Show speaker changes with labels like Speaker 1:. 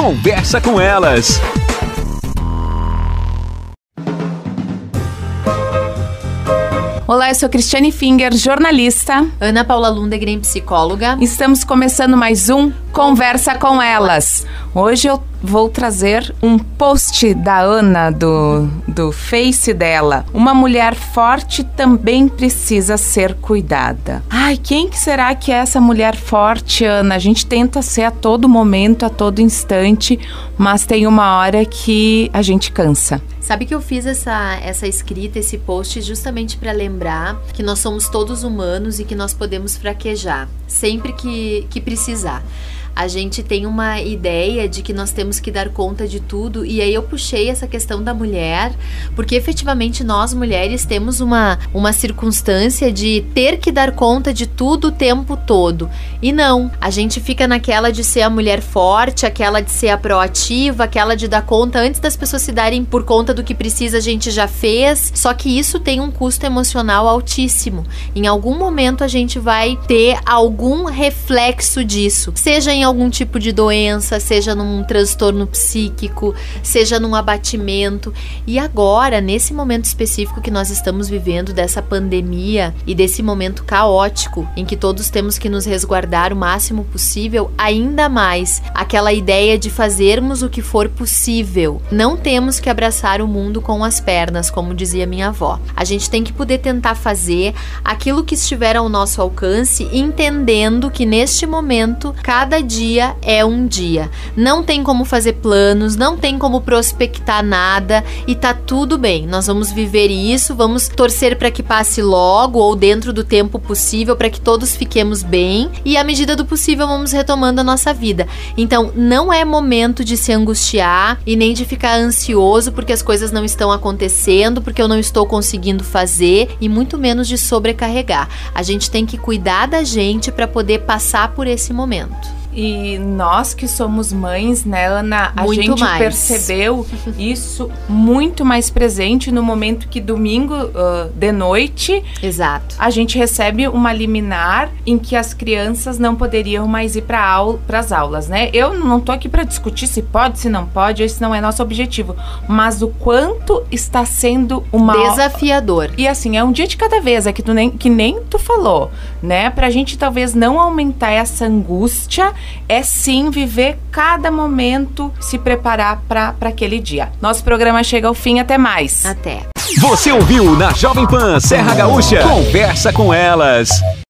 Speaker 1: Conversa com Elas.
Speaker 2: Olá, eu sou Cristiane Finger, jornalista.
Speaker 3: Ana Paula Lundegren, psicóloga.
Speaker 2: Estamos começando mais um Conversa com Elas. Hoje eu vou trazer um post da Ana do Face dela. Uma mulher forte também precisa ser cuidada. Ai, quem que será que é essa mulher forte, Ana? A gente tenta ser a todo momento, a todo instante, mas tem uma hora que a gente cansa.
Speaker 3: Sabe que eu fiz essa escrita, esse post, justamente para lembrar que nós somos todos humanos e que nós podemos fraquejar sempre que precisar. A gente tem uma ideia de que nós temos que dar conta de tudo, e aí eu puxei essa questão da mulher, porque efetivamente nós mulheres temos uma circunstância de ter que dar conta de tudo o tempo todo. E não, a gente fica naquela de ser a mulher forte, aquela de ser a proativa, aquela de dar conta antes das pessoas se darem por conta do que precisa, a gente já fez. Só que isso tem um custo emocional altíssimo. Em algum momento a gente vai ter algum reflexo disso, seja em algum tipo de doença, seja num transtorno psíquico, seja num abatimento. E agora, nesse momento específico que nós estamos vivendo, dessa pandemia e desse momento caótico em que todos temos que nos resguardar o máximo possível, ainda mais aquela ideia de fazermos o que for possível. Não temos que abraçar o mundo com as pernas, como dizia minha avó. A gente tem que poder tentar fazer aquilo que estiver ao nosso alcance, entendendo que neste momento, cada dia é um dia. Não tem como fazer planos, não tem como prospectar nada e tá tudo bem. Nós vamos viver isso, vamos torcer para que passe logo ou dentro do tempo possível para que todos fiquemos bem e à medida do possível vamos retomando a nossa vida. Então, não é momento de se angustiar e nem de ficar ansioso porque as coisas não estão acontecendo, porque eu não estou conseguindo fazer e muito menos de sobrecarregar. A gente tem que cuidar da gente para poder passar por esse momento.
Speaker 2: E nós que somos mães, né, Ana, a
Speaker 3: muito
Speaker 2: gente
Speaker 3: mais.
Speaker 2: percebeu isso muito mais presente no momento que domingo de noite,
Speaker 3: exato,
Speaker 2: a gente recebe uma liminar em que as crianças não poderiam mais ir para as aulas, né? Eu não tô aqui para discutir se pode, se não pode, esse não é nosso objetivo, mas o quanto está sendo
Speaker 3: desafiador.
Speaker 2: E assim, é um dia de cada vez, é que nem tu falou, né? Pra gente talvez não aumentar essa angústia, é sim viver cada momento, se preparar para aquele dia. Nosso programa chega ao fim, até mais.
Speaker 3: Até.
Speaker 1: Você ouviu na Jovem Pan Serra Gaúcha? Conversa com Elas.